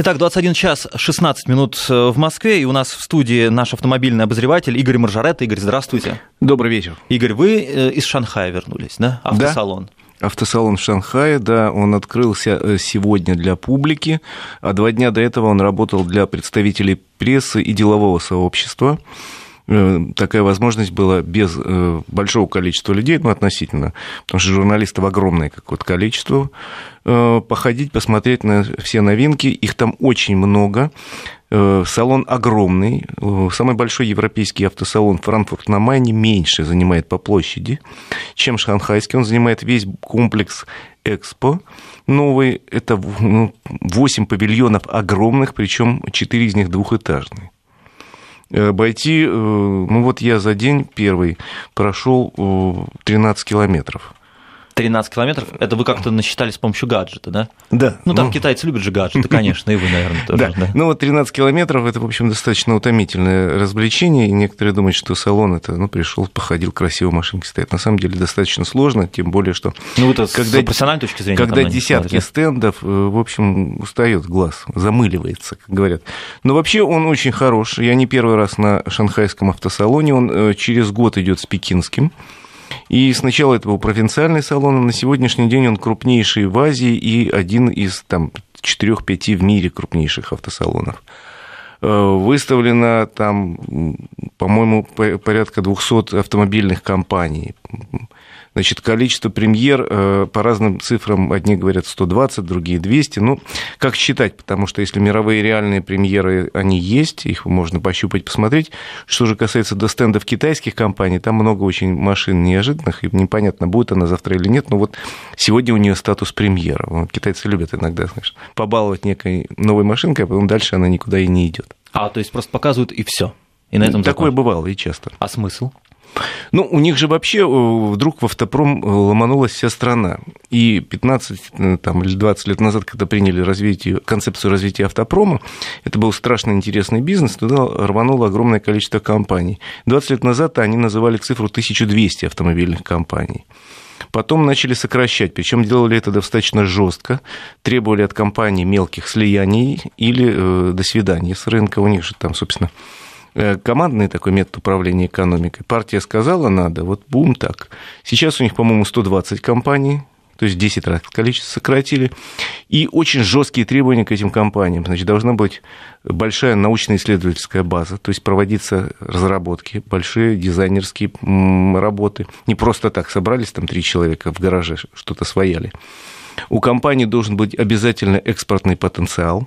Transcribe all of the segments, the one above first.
Итак, 21 час 16 минут в Москве, и у нас в студии наш автомобильный обозреватель Игорь Маржаретта. Игорь, здравствуйте. Добрый вечер. Игорь, вы из Шанхая вернулись, да? Автосалон. Да. Автосалон в Шанхае, да, он открылся сегодня для публики, а 2 дня до этого он работал для представителей прессы и делового сообщества. Такая возможность была без большого количества людей, ну, относительно, потому что журналистов огромное какое-то количество, походить, посмотреть на все новинки, их там очень много. Салон огромный, самый большой европейский автосалон Франкфурт на Майне меньше занимает по площади, чем шанхайский, он занимает весь комплекс Экспо. Новый, это 8 павильонов огромных, причем 4 из них двухэтажные. Обойти, ну вот я за день первый прошел 13 километров. 13 километров? Это вы как-то насчитали с помощью гаджета, да? Да. Ну, там китайцы любят же гаджеты, конечно, и вы, наверное, тоже. Да. Ну, вот 13 километров, это, в общем, достаточно утомительное развлечение, и некоторые думают, что салон это, ну, пришел, походил, красиво машинки стоят. На самом деле достаточно сложно, тем более, что... Ну, это с профессиональной точки зрения. Когда десятки стендов, в общем, устает глаз, замыливается, как говорят. Но вообще он очень хорош. Я не первый раз на шанхайском автосалоне, он через год идет с пекинским. И сначала это был провинциальный салон, а на сегодняшний день он крупнейший в Азии и один из 4-5 в мире крупнейших автосалонов. Выставлено там, по-моему, порядка 200 автомобильных компаний. Значит, количество премьер по разным цифрам, одни говорят 120, другие 200. Ну, как считать, потому что если мировые реальные премьеры, они есть, их можно пощупать, посмотреть. Что же касается до стендов китайских компаний, там много очень машин неожиданных, и непонятно, будет она завтра или нет. Но вот сегодня у нее статус премьера. Китайцы любят иногда, знаешь, побаловать некой новой машинкой, а потом дальше она никуда и не идет. То есть просто показывают и все. И на этом такое бывало и часто. А смысл? Ну, у них же вообще вдруг в автопром ломанулась вся страна. И 15 или 20 лет назад, когда приняли концепцию развития автопрома, это был страшно интересный бизнес, туда рвануло огромное количество компаний. 20 лет назад они называли цифру 1200 автомобильных компаний. Потом начали сокращать, причем делали это достаточно жестко, требовали от компаний мелких слияний или до свидания с рынка. У них же там, собственно, командный такой метод управления экономикой. Партия сказала, надо, вот бум, так. Сейчас у них, по-моему, 120 компаний, то есть 10 раз количество сократили. И очень жесткие требования к этим компаниям. Значит, должна быть большая научно-исследовательская база, то есть проводиться разработки, большие дизайнерские работы. Не просто так собрались там 3 человека в гараже, что-то свояли. У компании должен быть обязательно экспортный потенциал.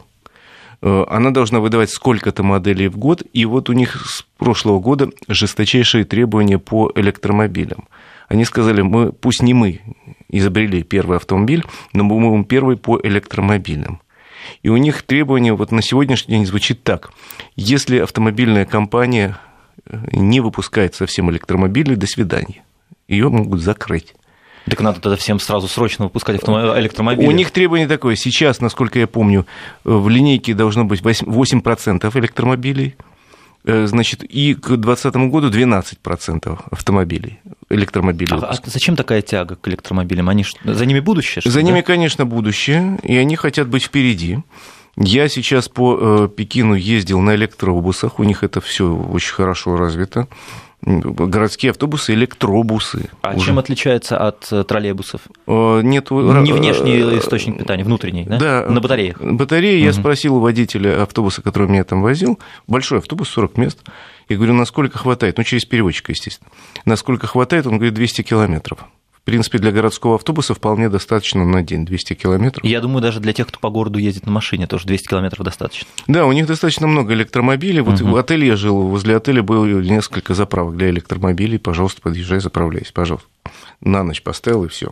Она должна выдавать сколько-то моделей в год, и вот у них с прошлого года жесточайшие требования по электромобилям. Они сказали, пусть не мы изобрели первый автомобиль, но мы будем первый по электромобилям. И у них требование вот на сегодняшний день звучит так. Если автомобильная компания не выпускает совсем электромобили, до свидания. Ее могут закрыть. Так надо тогда всем сразу срочно выпускать электромобили. У них требование такое. Сейчас, насколько я помню, в линейке должно быть 8% электромобилей. Значит, и к 2020 году 12% автомобилей, электромобилей. А зачем такая тяга к электромобилям? За ними будущее? За ними, конечно, будущее, и они хотят быть впереди. Я сейчас по Пекину ездил на электробусах, у них это все очень хорошо развито. Городские автобусы, электробусы. А чем отличается от троллейбусов? Нету... Не внешний источник питания, внутренний, да? Да. На батареях. Батареи. Я спросил у водителя автобуса, который меня там возил, большой автобус, 40 мест. Я говорю, насколько хватает? Ну, через переводчика, естественно. Насколько хватает? Он говорит, 200 километров. В принципе, для городского автобуса вполне достаточно на день 200 километров. Я думаю, даже для тех, кто по городу ездит на машине, тоже 200 километров достаточно. Да, у них достаточно много электромобилей. Вот в отеле я жил, возле отеля было несколько заправок для электромобилей. Пожалуйста, подъезжай, заправляйся, пожалуйста. На ночь поставил, и все.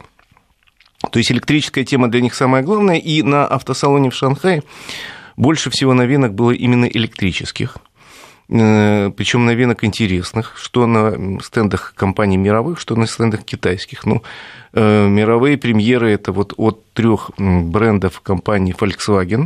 То есть электрическая тема для них самая главная. И на автосалоне в Шанхае больше всего новинок было именно электрических. Причем новинок интересных, что на стендах компаний мировых, что на стендах китайских. Ну, мировые премьеры – это вот от 3 брендов компании Volkswagen.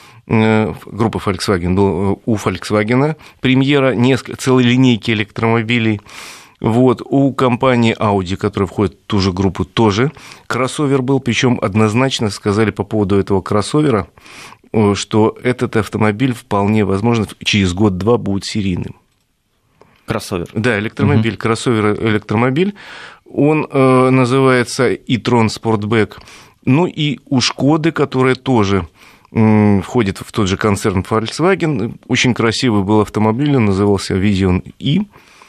Группа Volkswagen была у Volkswagen премьера целой линейки электромобилей. Вот, у компании Audi, которая входит в ту же группу, тоже кроссовер был, причем однозначно сказали по поводу этого кроссовера, что этот автомобиль вполне возможно через год-два будет серийным. Кроссовер. Да, электромобиль, кроссовер-электромобиль. Он называется e-tron Sportback. Ну и у «Шкоды», которая тоже входит в тот же концерн Volkswagen, очень красивый был автомобиль, он назывался Vision E.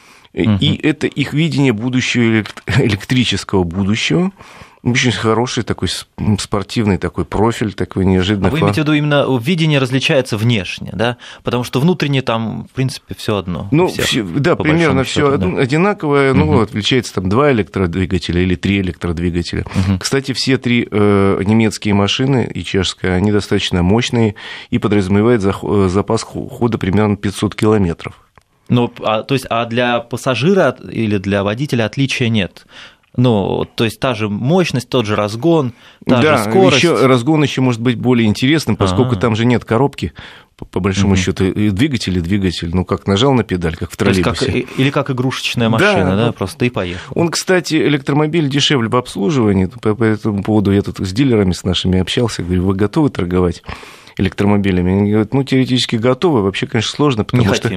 И это их видение будущего, электрического будущего. Очень хороший такой спортивный такой профиль, такой неожиданный. А вы имеете в виду именно видение различается внешне, да? Потому что внутренне там, в принципе, все одно. Ну, да, примерно все одинаковое. Ну, отличается там 2 электродвигателя или 3 электродвигателя. Кстати, все 3 немецкие машины и чешская, они достаточно мощные и подразумевают запас хода примерно 500 километров. Ну, а для пассажира или для водителя отличия нет? Ну, то есть та же мощность, тот же разгон, та же скорость. Да, разгон еще может быть более интересным, поскольку там же нет коробки, по большому счету, и двигатель, ну, как нажал на педаль, как в троллейбусе. Или как игрушечная машина, да, просто и поехал. Он, кстати, электромобиль дешевле в обслуживании, по этому поводу я тут с дилерами с нашими общался, говорю, вы готовы торговать электромобилями? Они говорят, ну, теоретически готовы, вообще, конечно, сложно, потому что...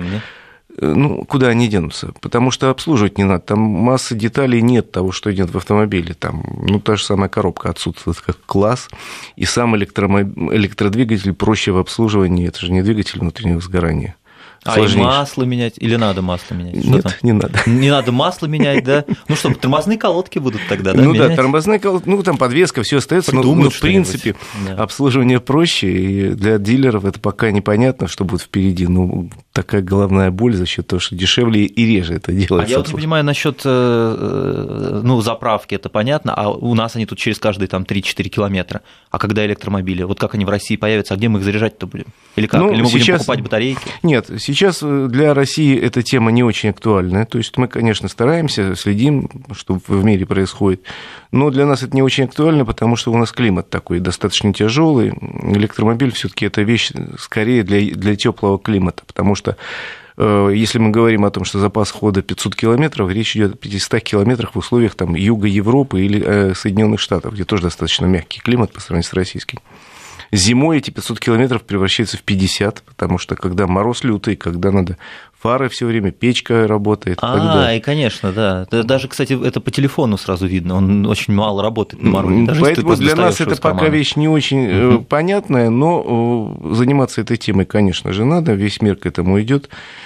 Ну, куда они денутся? Потому что обслуживать не надо. Там массы деталей нет того, что нет в автомобиле. Там, ну, та же самая коробка отсутствует как класс. И сам электродвигатель проще в обслуживании. Это же не двигатель внутреннего сгорания. А и масло менять? Или надо масло менять? Нет, не надо. Не надо масло менять, да? Ну что, тормозные колодки будут тогда, да, Ну менять? Да, тормозные колодки, ну там подвеска, все остается, но в принципе обслуживание проще, и для дилеров это пока непонятно, что будет впереди. Ну, такая головная боль за счет того, что дешевле и реже это делается. А я вот не понимаю насчет заправки, это понятно, а у нас они тут через каждые там 3-4 километра. А когда электромобили? Вот как они в России появятся, а где мы их заряжать-то будем? Или как? Или мы будем покупать батарейки? Нет, сейчас для России эта тема не очень актуальная. То есть мы, конечно, стараемся, следим, что в мире происходит, но для нас это не очень актуально, потому что у нас климат такой достаточно тяжелый. Электромобиль все-таки это вещь скорее для теплого климата, потому что если мы говорим о том, что запас хода 500 километров, речь идет о 500 километрах в условиях там, юга Европы или Соединенных Штатов, где тоже достаточно мягкий климат по сравнению с российским. Зимой эти 500 километров превращаются в 50, потому что когда мороз лютый, когда надо фары все время, печка работает. И конечно, да. Даже, кстати, это по телефону сразу видно, он очень мало работает на морозе. Поэтому для нас это пока вещь не очень понятная, но заниматься этой темой, конечно же, надо, весь мир к этому идет.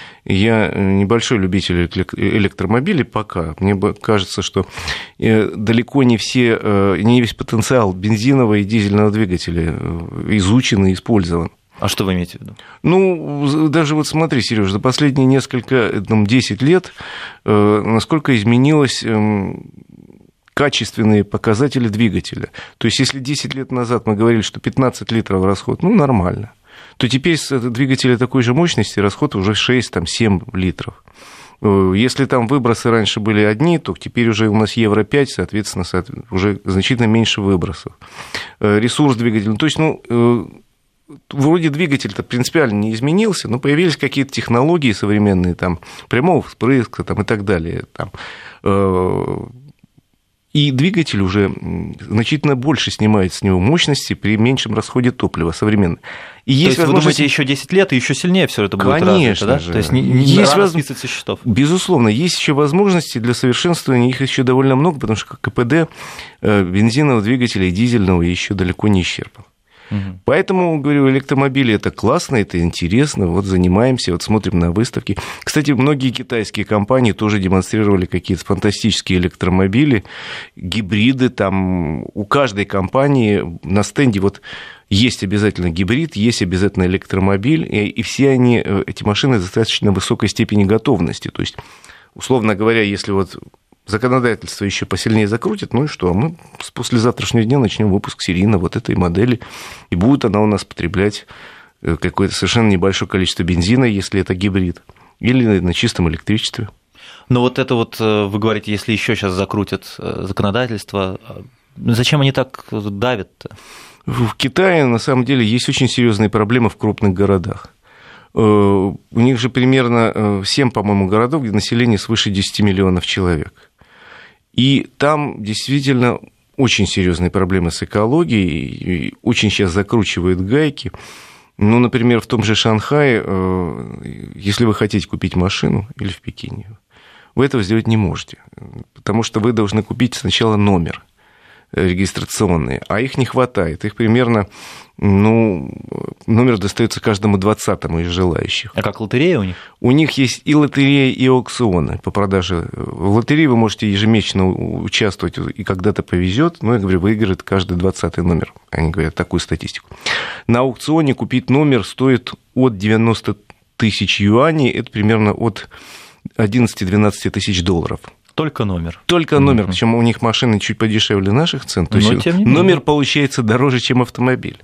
Я небольшой любитель электромобилей пока. Мне кажется, что далеко не весь потенциал бензинового и дизельного двигателя изучен и использован. А что вы имеете в виду? Ну, даже вот смотри, Серёж, за последние 10 лет насколько изменилось качественные показатели двигателя. То есть, если 10 лет назад мы говорили, что 15 литров расход, ну, нормально, то теперь с двигателя такой же мощности расход уже 6-7 литров. Если там выбросы раньше были одни, то теперь уже у нас Евро-5, соответственно, уже значительно меньше выбросов. Ресурс двигателя, то есть, вроде двигатель-то принципиально не изменился, но появились какие-то технологии современные, там, прямого впрыска там, и так далее. Там, и двигатель уже значительно больше снимает с него мощности при меньшем расходе топлива современного. И есть вы думаете, еще 10 лет и еще сильнее все это будет развито, да? То есть не рано списывать со счетов. Безусловно, есть еще возможности для совершенствования, их еще довольно много, потому что КПД бензинового двигателя и дизельного еще далеко не исчерпан. Поэтому, говорю, электромобили – это классно, это интересно, вот занимаемся, вот смотрим на выставки. Кстати, многие китайские компании тоже демонстрировали какие-то фантастические электромобили, гибриды, там у каждой компании на стенде вот есть обязательно гибрид, есть обязательно электромобиль, и все они, эти машины, достаточно высокой степени готовности. То есть, условно говоря, если вот законодательство еще посильнее закрутит, ну и что? Мы с послезавтрашнего дня начнем выпуск серийно вот этой модели, и будет она у нас потреблять какое-то совершенно небольшое количество бензина, если это гибрид, или на чистом электричестве. Но вот это вот, вы говорите, если еще сейчас закрутят законодательство, зачем они так давят-то? В Китае, на самом деле, есть очень серьезные проблемы в крупных городах. У них же примерно 7, по-моему, городов, где население свыше 10 миллионов человек. И там действительно очень серьезные проблемы с экологией, и очень сейчас закручивают гайки. Ну, например, в том же Шанхае, если вы хотите купить машину или в Пекине, вы этого сделать не можете, потому что вы должны купить сначала номер регистрационный, а их не хватает. Их примерно, номер достается каждому 20-му из желающих. А как лотерея у них? У них есть и лотереи, и аукционы по продаже. В лотерее вы можете ежемесячно участвовать, и когда-то повезет, я говорю, выиграет каждый 20-й номер. Они говорят такую статистику. На аукционе купить номер стоит от 90 тысяч юаней, это примерно от 11-12 тысяч долларов. Только номер. Только номер, причем у них машины чуть подешевле наших цен. То есть номер получается дороже, чем автомобиль.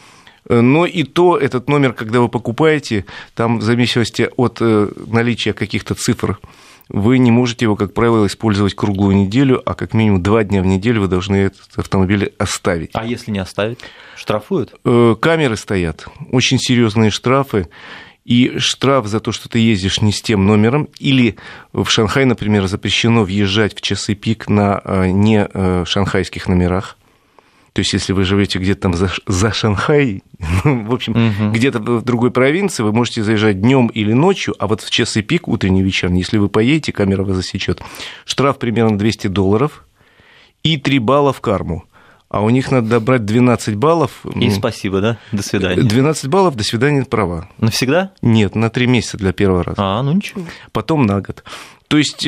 Но и то этот номер, когда вы покупаете, там в зависимости от наличия каких-то цифр, вы не можете его, как правило, использовать круглую неделю, а как минимум 2 дня в неделю вы должны этот автомобиль оставить. А если не оставить, штрафуют? Камеры стоят, очень серьезные штрафы. И штраф за то, что ты ездишь не с тем номером, или в Шанхай, например, запрещено въезжать в часы пик на не шанхайских номерах. То есть, если вы живете где-то там за Шанхай, в общем, где-то в другой провинции, вы можете заезжать днем или ночью, а вот в часы пик, утренний, вечерний, если вы поедете, камера вас засечет. Штраф примерно $200 и 3 балла в карму. А у них надо добрать 12 баллов. И спасибо, да? До свидания. 12 баллов, до свидания, права. Навсегда? Нет, на 3 месяца для первого раза. Ничего. Потом на год. То есть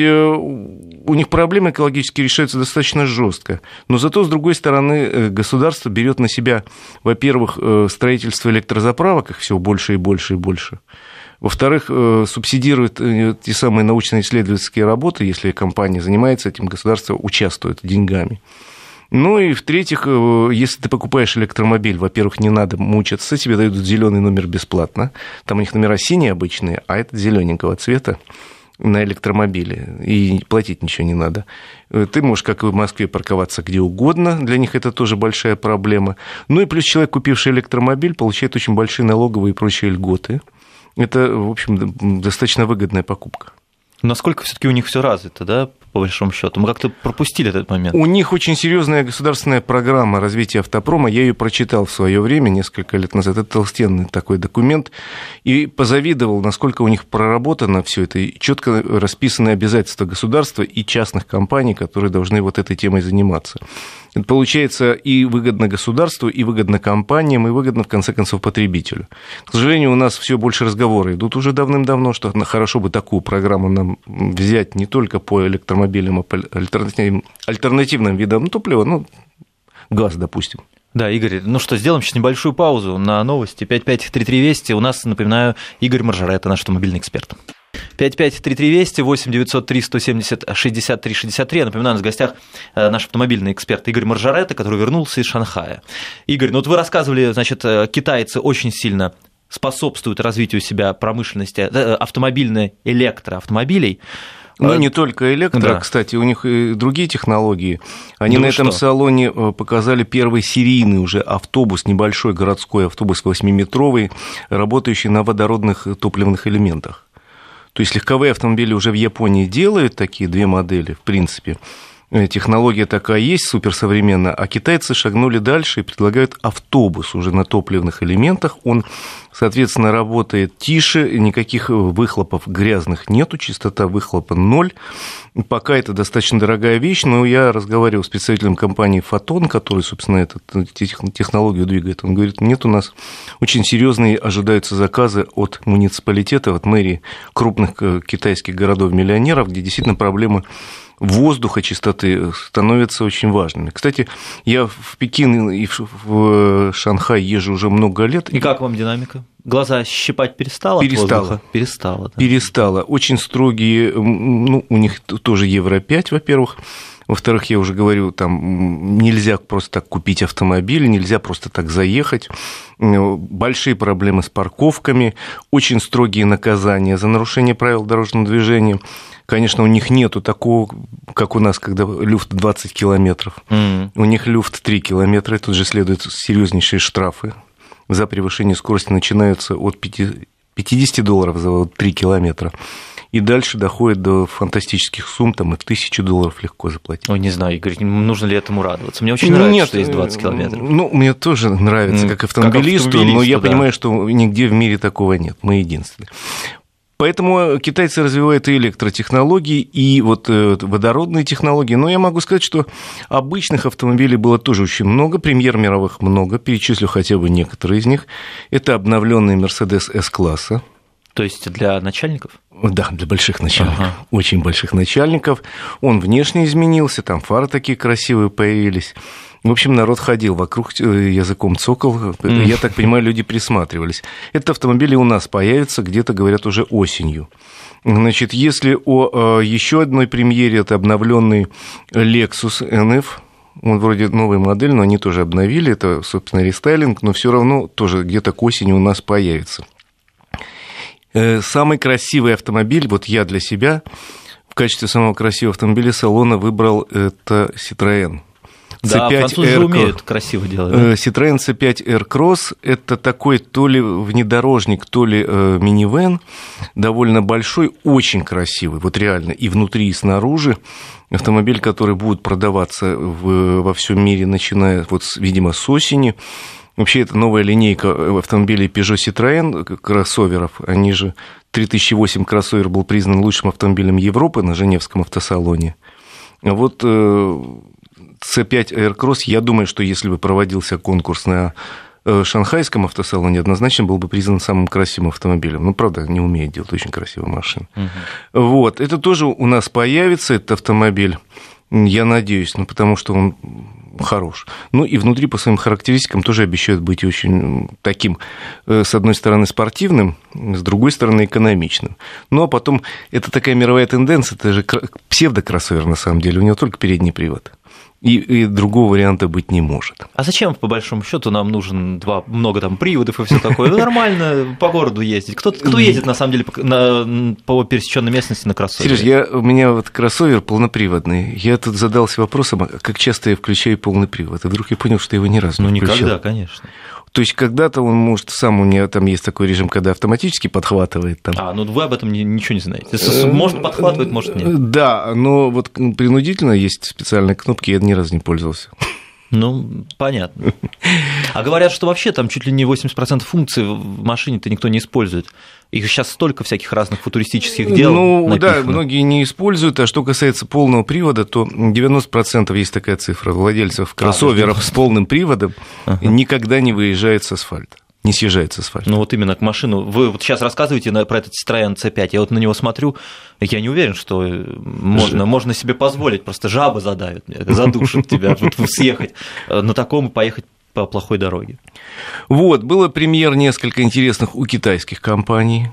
у них проблемы экологические решаются достаточно жестко. Но зато, с другой стороны, государство берет на себя, во-первых, строительство электрозаправок, их все больше и больше и больше. Во-вторых, субсидирует те самые научно-исследовательские работы, если компания занимается этим, государство участвует деньгами. Ну и в-третьих, если ты покупаешь электромобиль, во-первых, не надо мучиться, тебе дают зеленый номер бесплатно. Там у них номера синие обычные, а это зелененького цвета на электромобиле, и платить ничего не надо. Ты можешь, как и в Москве, парковаться где угодно, для них это тоже большая проблема. Ну и плюс человек, купивший электромобиль, получает очень большие налоговые и прочие льготы. Это, в общем, достаточно выгодная покупка. Насколько все-таки у них все развито, да, по большому счету? Мы как-то пропустили этот момент. У них очень серьезная государственная программа развития автопрома. Я ее прочитал в свое время, несколько лет назад. Это толстенный такой документ. И позавидовал, насколько у них проработано все это. И четко расписаны обязательства государства и частных компаний, которые должны вот этой темой заниматься. Это получается и выгодно государству, и выгодно компаниям, и выгодно, в конце концов, потребителю. К сожалению, у нас все больше разговоры идут уже давным-давно, что хорошо бы такую программу нам взять не только по электромобилям, а по альтернативным видам топлива, газ, допустим. Да, Игорь, что, сделаем сейчас небольшую паузу на новости. 553320. У нас, напоминаю, Игорь Маржарета, наш автомобильный эксперт. 553320, 8-903-170-63-63. Я напоминаю, у нас в гостях наш автомобильный эксперт Игорь Маржарета, который вернулся из Шанхая. Игорь, вы рассказывали, значит, китайцы очень сильно способствуют развитию себя промышленности автомобильной электроавтомобилей. Не только электро, кстати, у них и другие технологии. Они на этом салоне показали первый серийный уже автобус, небольшой городской автобус 8-метровый, работающий на водородных топливных элементах. То есть легковые автомобили уже в Японии делают такие 2 модели, в принципе. Технология такая есть, суперсовременная, а китайцы шагнули дальше и предлагают автобус уже на топливных элементах. Он, соответственно, работает тише, никаких выхлопов грязных нету, частота выхлопа 0. Пока это достаточно дорогая вещь, но я разговаривал с представителем компании «Фотон», который, собственно, эту технологию двигает. Он говорит, нет, у нас очень серьезные ожидаются заказы от муниципалитета, от мэрии крупных китайских городов-миллионеров, где действительно проблемы воздуха, чистоты становятся очень важными. Кстати, я в Пекин и в Шанхай езжу уже много лет. И как вам динамика? Глаза щипать перестало? Перестало. Перестало, да. Перестало. Очень строгие, у них тоже Евро-5, во-первых. Во-вторых, я уже говорю, там нельзя просто так купить автомобиль, нельзя просто так заехать. Большие проблемы с парковками, очень строгие наказания за нарушение правил дорожного движения. Конечно, у них нету такого, как у нас, когда люфт 20 километров. У них люфт 3 километра, и тут же следуют серьезнейшие штрафы за превышение скорости, начинаются от $50 за 3 километра. и дальше доходит до фантастических сумм, там и $1000 легко заплатить. Ой, не знаю, Игорь, нужно ли этому радоваться? Мне очень нравится, что есть 20 километров. Ну, мне тоже нравится, как автомобилисту, но я понимаю, что нигде в мире такого нет, мы единственные. Поэтому китайцы развивают и электротехнологии, и вот водородные технологии. Но я могу сказать, что обычных автомобилей было тоже очень много, премьер мировых много, перечислю хотя бы некоторые из них. Это обновленный Mercedes S-класса. То есть для начальников? Да, для больших начальников, очень больших начальников. Он внешне изменился, там фары такие красивые появились. В общем, народ ходил вокруг, языком цокал. Я так понимаю, люди присматривались. Этот автомобиль и у нас появится где-то, говорят, уже осенью. Значит, если о еще одной премьере, это обновленный Lexus NF. Он вроде новая модель, но они тоже обновили. Это, собственно, рестайлинг, но все равно тоже где-то к осени у нас появится. Самый красивый автомобиль, вот я для себя в качестве самого красивого автомобиля салона выбрал это Citroën. Да, французы же умеют красиво делать. Да? Citroën C5 Aircross – это такой то ли внедорожник, то ли минивэн, довольно большой, очень красивый, вот реально, и внутри, и снаружи. Автомобиль, который будет продаваться во всем мире, начиная, вот, видимо, с осени. Вообще, это новая линейка автомобилей Peugeot Citroën, кроссоверов. Они же 3008 кроссовер был признан лучшим автомобилем Европы на Женевском автосалоне. А вот C5 Aircross, я думаю, что если бы проводился конкурс на Шанхайском автосалоне, однозначно был бы признан самым красивым автомобилем. Ну, правда, не умеет делать очень красивые машины. Вот, это тоже у нас появится, этот автомобиль, я надеюсь, потому что он хорош. Ну, и внутри по своим характеристикам тоже обещают быть очень таким, с одной стороны, спортивным, с другой стороны, экономичным. Ну, а потом, это такая мировая тенденция, это же псевдокроссовер, на самом деле, у него только передний привод. И другого варианта быть не может. А зачем, по большому счету, нам нужен много там приводов и все такое? Ну, нормально по городу ездить. Кто ездит, на самом деле, по пересеченной местности на кроссовере? Сереж, у меня вот кроссовер полноприводный. Я тут задался вопросом, как часто я включаю полный привод. И вдруг я понял, что я его ни разу не включал. Никогда, конечно. То есть когда-то он может сам, у меня там есть такой режим, когда автоматически подхватывает. Там. Ну вы об этом ничего не знаете. Может подхватывать, может нет. Да, но вот принудительно есть специальные кнопки, я ни разу не пользовался. Ну, понятно. А говорят, что вообще там чуть ли не 80% функций в машине-то никто не использует. Их сейчас столько всяких разных футуристических дел. Ну, напихано. Да, многие не используют. А что касается полного привода, то 90% есть такая цифра владельцев кроссоверов с полным приводом никогда не выезжает с асфальта. Не съезжает с асфальта. Ну, вот именно к машину. Вы вот сейчас рассказываете про этот Citroën C5, я вот на него смотрю, я не уверен, что можно себе позволить, просто жаба задавит, задушит тебя, вот съехать на таком и поехать по плохой дороге. Вот, было премьер несколько интересных у китайских компаний,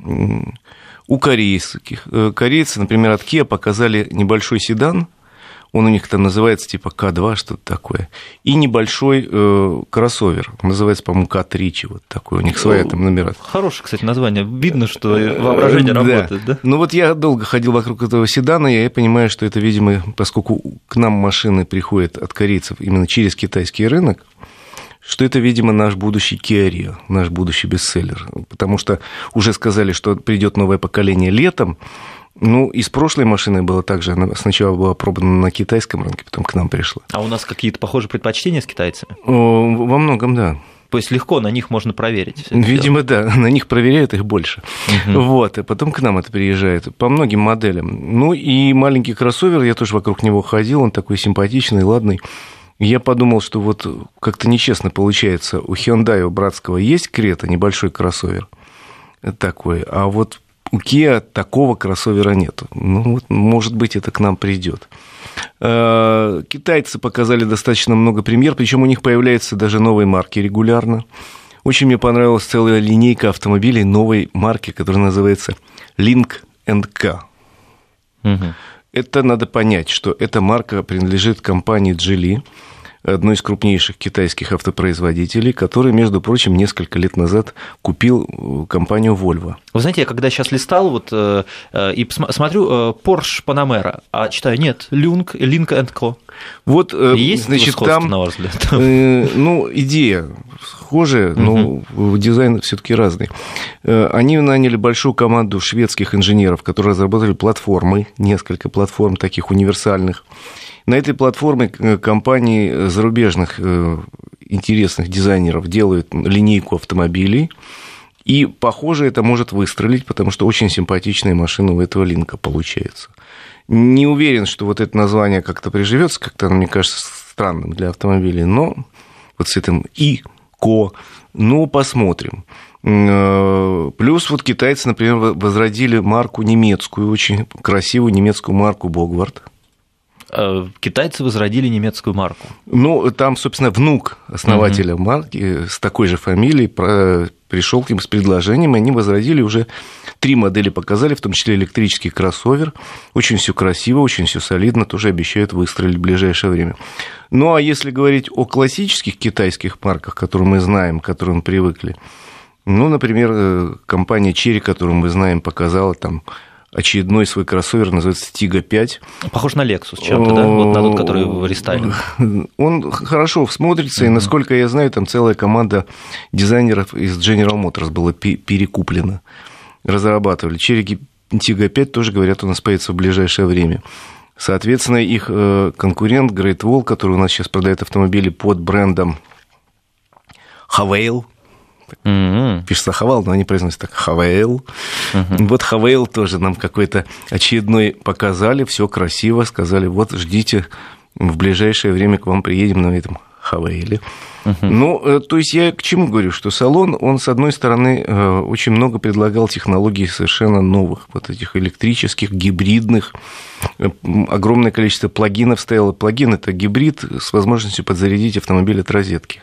у корейских. Корейцы, например, от Kia показали небольшой седан, он у них там называется типа К2, что-то такое, и небольшой кроссовер, называется, по-моему, К3, вот такой, у них своя там номера. Хорошее, кстати, название, видно, что воображение работает, да? Ну вот я долго ходил вокруг этого седана, и я понимаю, что это, видимо, поскольку к нам машины приходят от корейцев именно через китайский рынок, что это, видимо, наш будущий Kia Rio, наш будущий бестселлер, потому что уже сказали, что придет новое поколение летом. Ну, и с прошлой машиной было так же. Она сначала была пробована на китайском рынке, потом к нам пришла. А у нас какие-то похожие предпочтения с китайцами? Во многом, да. То есть легко на них можно проверить? Видимо, да. На них проверяют их больше. Вот, и потом к нам это приезжает. По многим моделям. Ну, и маленький кроссовер, я тоже вокруг него ходил, он такой симпатичный, ладный. Я подумал, что вот как-то нечестно получается. У Hyundai, у братского, есть Крета, небольшой кроссовер такой, а вот у Kia такого кроссовера нет. Ну, вот, может быть, это к нам придет. Китайцы показали достаточно много премьер, причем у них появляются даже новые марки регулярно. Очень мне понравилась целая линейка автомобилей новой марки, которая называется Lynk & Co. Это надо понять, что эта марка принадлежит компании Geely. одной из крупнейших китайских автопроизводителей, который, между прочим, несколько лет назад купил компанию Volvo. Вы знаете, я когда сейчас листал и смотрю Porsche Panamera, а читаю, нет, Link Co. Вот, есть, значит, там, на ваш взгляд? Идея схожая, но дизайн все-таки разный. Они наняли большую команду шведских инженеров, которые разработали платформы, несколько платформ таких универсальных. На этой платформе компании зарубежных интересных дизайнеров делают линейку автомобилей, и, похоже, это может выстрелить, потому что очень симпатичная машина у этого Линка получается. Не уверен, что вот это название как-то приживется, как-то оно, мне кажется, странным для автомобилей, но вот с этим ИКО, ну, посмотрим. Плюс вот китайцы, например, возродили марку немецкую, очень красивую немецкую марку Богвард. Китайцы возродили немецкую марку. Ну, там, собственно, внук основателя марки с такой же фамилией пришел к ним с предложением, и они возродили уже 3 модели, показали, в том числе электрический кроссовер. Очень все красиво, очень все солидно, тоже обещают выстрелить в ближайшее время. Ну, а если говорить о классических китайских марках, которые мы знаем, к которым мы привыкли, ну, например, компания Chery, которую мы знаем, показала там очередной свой кроссовер, называется Tiggo 5. Похож на Lexus чем-то, да? Вот на тот, который в рестайлинг. Он хорошо смотрится, и, насколько я знаю, там целая команда дизайнеров из General Motors была перекуплена. Разрабатывали. Chery Tiggo 5 тоже, говорят, у нас появится в ближайшее время. Соответственно, их конкурент Great Wall, который у нас сейчас продает автомобили под брендом Havail, пишется Хавал, но они произносят так Хавейл. Вот Хавейл тоже нам какой-то очередной показали, все красиво, сказали, вот ждите, в ближайшее время к вам приедем на этом Хавейле. Ну, то есть я к чему говорю, что салон, он, с одной стороны, очень много предлагал технологий совершенно новых, вот этих электрических, гибридных, огромное количество плагинов стояло. Плагин – это гибрид с возможностью подзарядить автомобиль от розетки.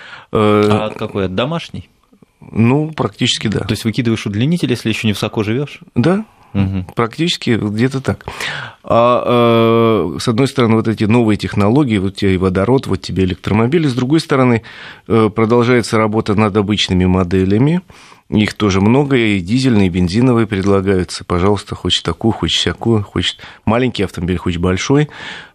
А какой? Домашний? Ну, практически да. То есть выкидываешь удлинитель, если еще не высоко живешь? Да, практически где-то так. С одной стороны, вот эти новые технологии, вот тебе и водород, вот тебе электромобили, с другой стороны, продолжается работа над обычными моделями. Их тоже много, и дизельные, и бензиновые предлагаются. Пожалуйста, хочешь такую, хочешь всякую, хочешь маленький автомобиль, хочешь большой.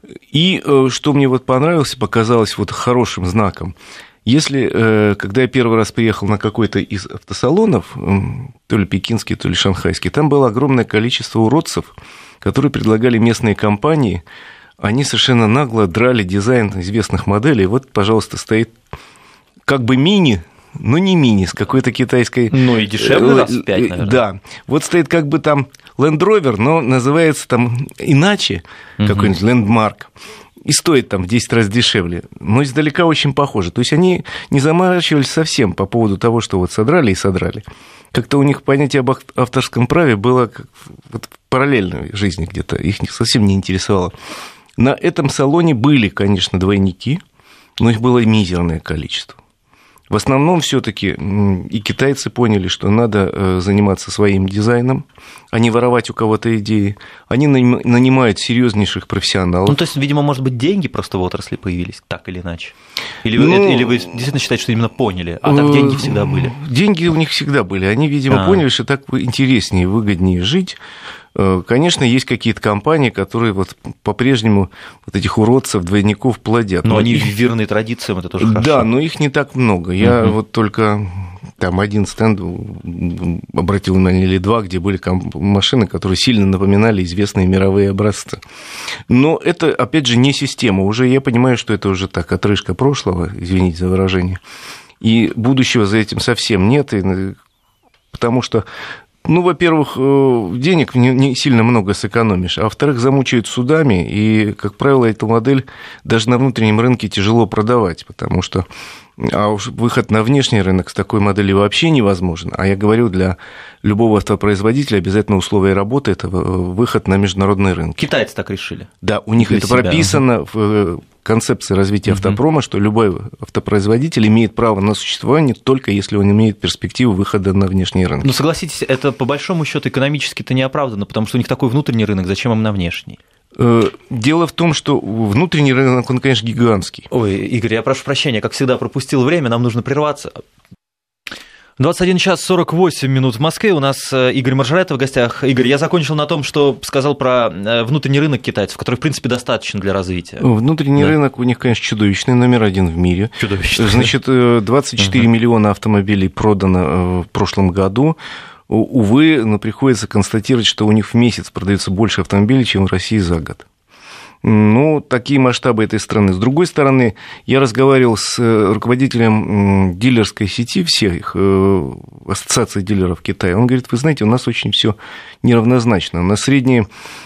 И что мне вот понравилось, показалось вот хорошим знаком. Если, когда я первый раз приехал на какой-то из автосалонов, то ли пекинский, то ли шанхайский, там было огромное количество уродцев, которые предлагали местные компании, они совершенно нагло драли дизайн известных моделей. Вот, пожалуйста, стоит как бы мини, но не мини, с какой-то китайской... Ну и дешевле раз в 5, наверное. Да, вот стоит как бы там Land Rover, но называется там иначе, какой-нибудь Landmark. И стоит там в 10 раз дешевле, но издалека очень похоже. То есть они не заморачивались совсем по поводу того, что вот содрали и содрали. Как-то у них понятие об авторском праве было как вот в параллельной жизни где-то, их совсем не интересовало. На этом салоне были, конечно, двойники, но их было мизерное количество. В основном все-таки и китайцы поняли, что надо заниматься своим дизайном, а не воровать у кого-то идеи. Они нанимают серьезнейших профессионалов. Ну, то есть, видимо, может быть, деньги просто в отрасли появились, так или иначе? Или вы действительно считаете, что именно поняли, а так деньги всегда были? Деньги у них всегда были. Они, видимо, поняли, что так интереснее и выгоднее жить. Конечно, есть какие-то компании, которые вот по-прежнему вот этих уродцев, двойников плодят. Но они верны традициям, это тоже хорошо. Да, но их не так много. Я вот только там один стенд обратил внимание, или два, где были машины, которые сильно напоминали известные мировые образцы. Но это, опять же, не система. Уже я понимаю, что это уже так, отрыжка прошлого, извините за выражение. И будущего за этим совсем нет, потому что... Ну, во-первых, денег не сильно много сэкономишь, а во-вторых, замучают судами, и, как правило, эту модель даже на внутреннем рынке тяжело продавать, потому что уж выход на внешний рынок с такой моделью вообще невозможен. А я говорю, для любого автопроизводителя обязательно условие работы – это выход на международный рынок. Китайцы так решили? Да, у них это прописано в концепция развития автопрома, что любой автопроизводитель имеет право на существование только если он имеет перспективу выхода на внешние рынки. Ну, согласитесь, это по большому счету экономически-то неоправданно, потому что у них такой внутренний рынок, зачем им на внешний? Дело в том, что внутренний рынок, он, конечно, гигантский. Ой, Игорь, я прошу прощения, как всегда, пропустил время, нам нужно прерваться. 21 час 48 минут в Москве. У нас Игорь Маржаретта в гостях. Игорь, я закончил на том, что сказал про внутренний рынок китайцев, который, в принципе, достаточно для развития. Внутренний рынок у них, конечно, чудовищный, номер один в мире. Чудовищный. Значит, 24 миллиона автомобилей продано в прошлом году. Увы, но приходится констатировать, что у них в месяц продается больше автомобилей, чем в России за год. Ну, такие масштабы этой страны. С другой стороны, я разговаривал с руководителем дилерской сети всех, ассоциации дилеров Китая. Он говорит, вы знаете, у нас очень все неравнозначно. На среднее,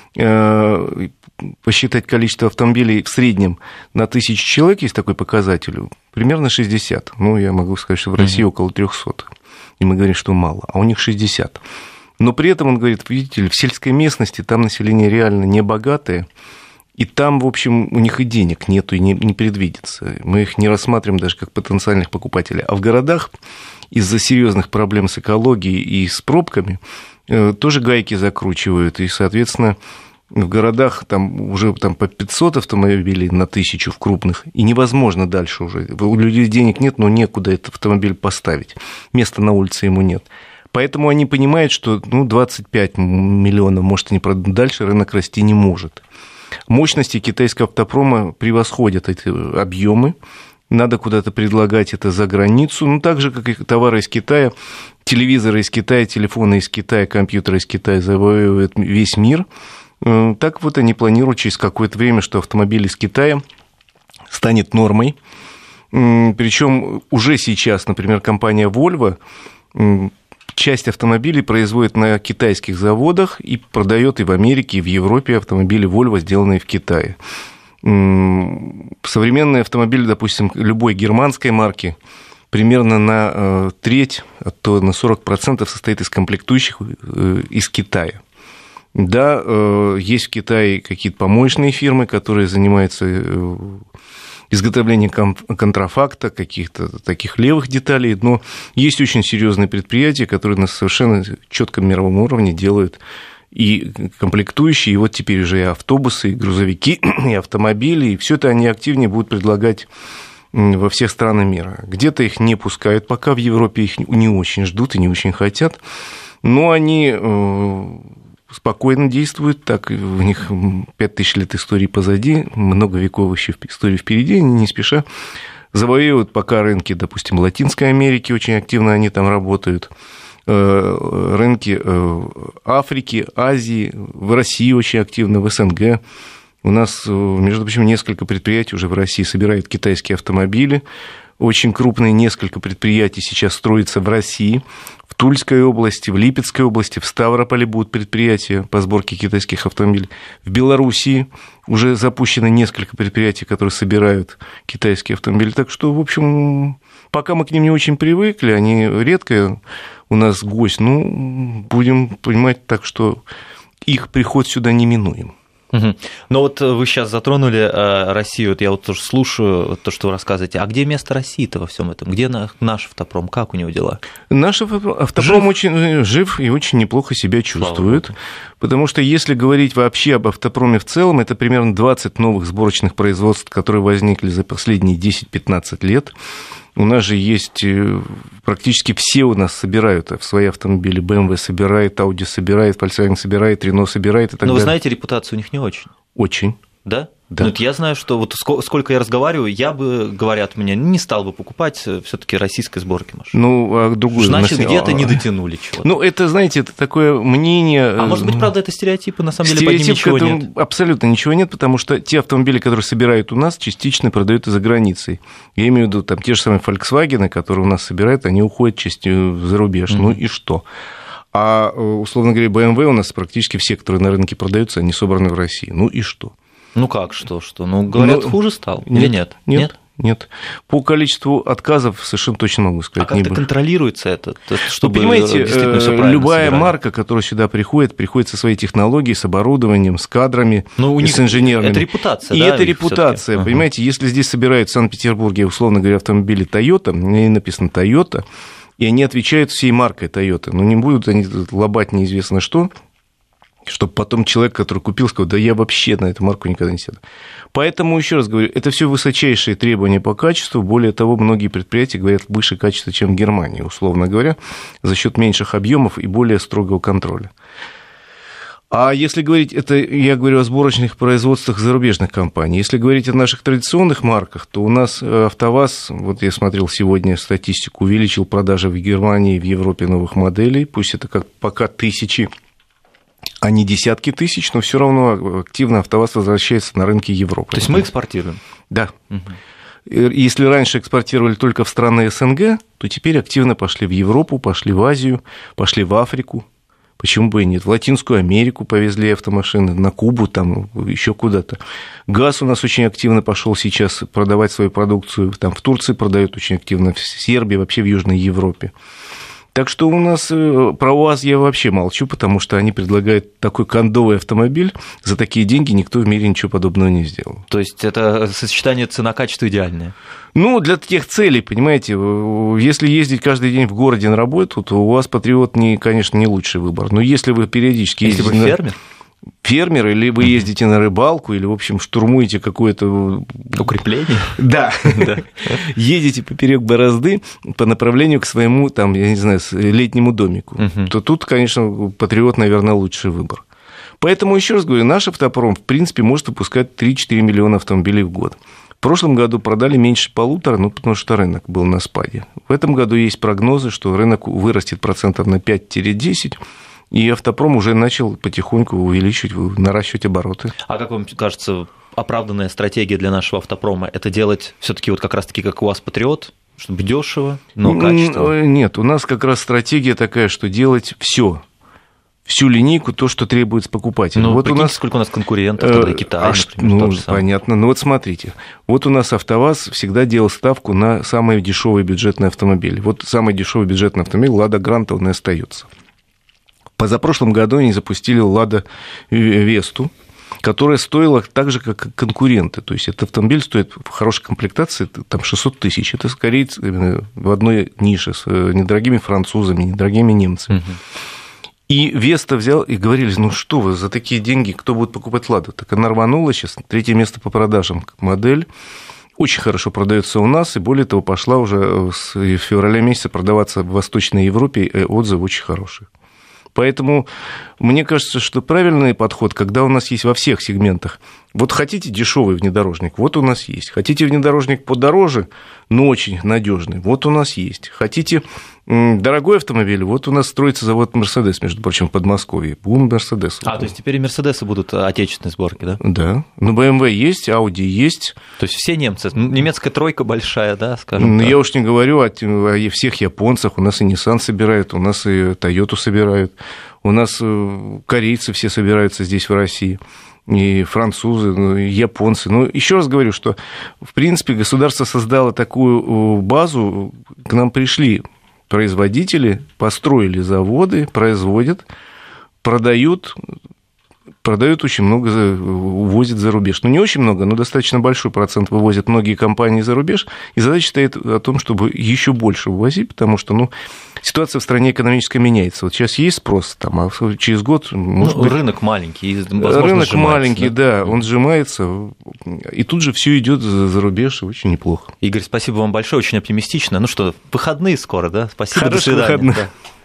посчитать количество автомобилей в среднем на 1000 человек, есть такой показатель, примерно 60. Ну, я могу сказать, что в России около 300. И мы говорим, что мало, а у них 60. Но при этом, он говорит, видите ли, в сельской местности там население реально не богатое, и там, в общем, у них и денег нету, и не предвидится. Мы их не рассматриваем даже как потенциальных покупателей. А в городах из-за серьезных проблем с экологией и с пробками тоже гайки закручивают, и, соответственно, в городах там уже по 500 автомобилей на 1000 в крупных, и невозможно дальше уже. У людей денег нет, но некуда этот автомобиль поставить. Места на улице ему нет. Поэтому они понимают, что 25 миллионов, может, они продадут дальше, рынок расти не может. Мощности китайского автопрома превосходят эти объемы. Надо куда-то предлагать это за границу. Ну, так же, как и товары из Китая, телевизоры из Китая, телефоны из Китая, компьютеры из Китая завоевывают весь мир. Так вот они планируют через какое-то время, что автомобиль из Китая станет нормой. Причем уже сейчас, например, компания Volvo часть автомобилей производит на китайских заводах и продает и в Америке, и в Европе автомобили Volvo, сделанные в Китае. Современные автомобили, допустим, любой германской марки, примерно на треть, а то на 40% состоит из комплектующих из Китая. Да, есть в Китае какие-то помоечные фирмы, которые занимаются изготовлением контрафакта, каких-то таких левых деталей, но есть очень серьезные предприятия, которые на совершенно четком мировом уровне делают и комплектующие, и вот теперь уже и автобусы, и грузовики, и автомобили, и все это они активнее будут предлагать во всех странах мира. Где-то их не пускают, пока в Европе их не очень ждут и не очень хотят, но они спокойно действуют, так у них 5000 лет истории позади, много веков еще истории впереди, они не спеша завоевывают пока рынки, допустим, Латинской Америки, очень активно они там работают, рынки Африки, Азии, в России очень активно, в СНГ. У нас, между прочим, несколько предприятий уже в России собирают китайские автомобили, очень крупные несколько предприятий сейчас строятся в России, в Тульской области, в Липецкой области, в Ставрополе будут предприятия по сборке китайских автомобилей. В Белоруссии уже запущено несколько предприятий, которые собирают китайские автомобили. Так что, в общем, пока мы к ним не очень привыкли, они редко у нас гость, будем понимать так, что их приход сюда неминуем. Но вот вы сейчас затронули Россию, вот я вот тоже слушаю то, что вы рассказываете. А где место России-то во всем этом? Где наш автопром? Как у него дела? Наш автопром очень жив и очень неплохо себя чувствует, потому что если говорить вообще об автопроме в целом, это примерно 20 новых сборочных производств, которые возникли за последние 10-15 лет. У нас же есть, практически все у нас собирают свои автомобили. BMW собирает, Audi собирает, Volkswagen собирает, Renault собирает и так далее. Но вы знаете, репутация у них не очень. Очень. Да? Да. Ну, я знаю, что вот сколько я разговариваю, я бы, говорят мне, не стал бы покупать все-таки российской сборки машин. А другую... Значит, где-то не дотянули чего-то. Это, знаете, это такое мнение... А может быть, правда, это стереотипы, на самом деле, под ним ничего нет? Абсолютно ничего нет, потому что те автомобили, которые собирают у нас, частично продают и за границей. Я имею в виду, те же самые Volkswagen, которые у нас собирают, они уходят частью за рубеж. Ну и что? А, условно говоря, BMW у нас практически все, которые на рынке продаются, они собраны в России. Ну и что? Ну как что? Ну, говорят, хуже стал или нет? Нет. По количеству отказов совершенно точно могу сказать. А как-то контролируется это? Чтобы понимаете, любая собирали. марка, которая сюда приходит со своей технологией, с оборудованием, с кадрами, с инженерами. Это репутация, и это репутация. Понимаете, если здесь собирают в Санкт-Петербурге, условно говоря, автомобили Toyota, на ней написано Toyota, и они отвечают всей маркой Toyota. Но не будут они лобать неизвестно что, чтобы потом человек, который купил, сказал, да я вообще на эту марку никогда не сяду. Поэтому, еще раз говорю, это все высочайшие требования по качеству. Более того, многие предприятия говорят выше качества, чем в Германии, условно говоря, за счет меньших объемов и более строгого контроля. А если говорить, это я говорю о сборочных производствах зарубежных компаний. Если говорить о наших традиционных марках, то у нас АвтоВАЗ, вот я смотрел сегодня статистику, увеличил продажи в Германии и в Европе новых моделей, пусть это как пока тысячи, а не десятки тысяч, но все равно активно АвтоВАЗ возвращается на рынки Европы. То есть мы экспортируем? Да. Если раньше экспортировали только в страны СНГ, то теперь активно пошли в Европу, пошли в Азию, пошли в Африку. Почему бы и нет? В Латинскую Америку повезли автомашины, на Кубу, там еще куда-то. ГАЗ у нас очень активно пошел сейчас продавать свою продукцию. Там в Турции продают очень активно, в Сербии, вообще в Южной Европе. Так что у нас про УАЗ я вообще молчу, потому что они предлагают такой кондовый автомобиль. За такие деньги никто в мире ничего подобного не сделал. То есть это сочетание цена-качество идеальное? Ну, для тех целей, понимаете, если ездить каждый день в городе на работу, то у вас Патриот, конечно, не лучший выбор. Но если вы периодически ездите... Если вы фермер? Фермер, или вы ездите на рыбалку, или, в общем, штурмуете какое-то... Укрепление? Да. Едете поперек борозды по направлению к своему, там, я не знаю, летнему домику. То тут, конечно, Патриот, наверное, лучший выбор. Поэтому, еще раз говорю, наш автопром, в принципе, может выпускать 3-4 миллиона автомобилей в год. В прошлом году продали меньше 1,5, потому что рынок был на спаде. В этом году есть прогнозы, что рынок вырастет процентов на 5-10%. И автопром уже начал потихоньку увеличивать, наращивать обороты. А как вам кажется, оправданная стратегия для нашего автопрома – это делать все-таки вот как раз-таки как у вас Патриот, чтобы дешево, но качественно? Нет, у нас как раз стратегия такая, что делать всю линейку, то, что требуется покупателю. Ну, вот сколько у нас конкурентов, тогда Китай, например, понятно. Ну, вот смотрите, вот у нас АвтоВАЗ всегда делал ставку на самые дешевые бюджетные автомобили. Вот самый дешевый бюджетный автомобиль «Лада Гранта», он и остается. Позапрошлом году они запустили «Лада Весту», которая стоила так же, как и конкуренты. То есть этот автомобиль стоит в хорошей комплектации там 600 тысяч. Это скорее в одной нише с недорогими французами, недорогими немцами. И Веста взял и говорили, ну что вы, за такие деньги кто будет покупать «Ладу»? Так она рванула сейчас, 3-е место по продажам модель. Очень хорошо продается у нас, и более того, пошла уже с февраля месяца продаваться в Восточной Европе, и отзывы очень хорошие. Поэтому мне кажется, что правильный подход, когда у нас есть во всех сегментах. Вот хотите дешевый внедорожник, вот у нас есть. Хотите внедорожник подороже, но очень надежный, вот у нас есть. Хотите дорогой автомобиль, вот у нас строится завод «Мерседес», между прочим, в Подмосковье. Бум «Мерседес». То есть теперь и «Мерседесы» будут отечественной сборки, да? Да. Ну, BMW есть, Audi есть. То есть все немцы. Немецкая тройка большая, да, скажем так. Я уж не говорю о всех японцах. У нас и Nissan собирают, у нас и Toyota собирают. У нас корейцы все собираются здесь, в России. И французы, и японцы. Но еще раз говорю, что, в принципе, государство создало такую базу, к нам пришли производители, построили заводы, производят, продают очень много, увозят за рубеж. Ну, не очень много, но достаточно большой процент вывозят многие компании за рубеж. И задача стоит о том, чтобы еще больше вывозить, потому что, ситуация в стране экономическая меняется. Вот сейчас есть спрос, а через год... Может быть, рынок маленький, рынок маленький, да, он сжимается, и тут же все идет за рубеж, и очень неплохо. Игорь, спасибо вам большое, очень оптимистично. Ну что, выходные скоро, да? Спасибо, Хороших до свидания. Выходных. Да.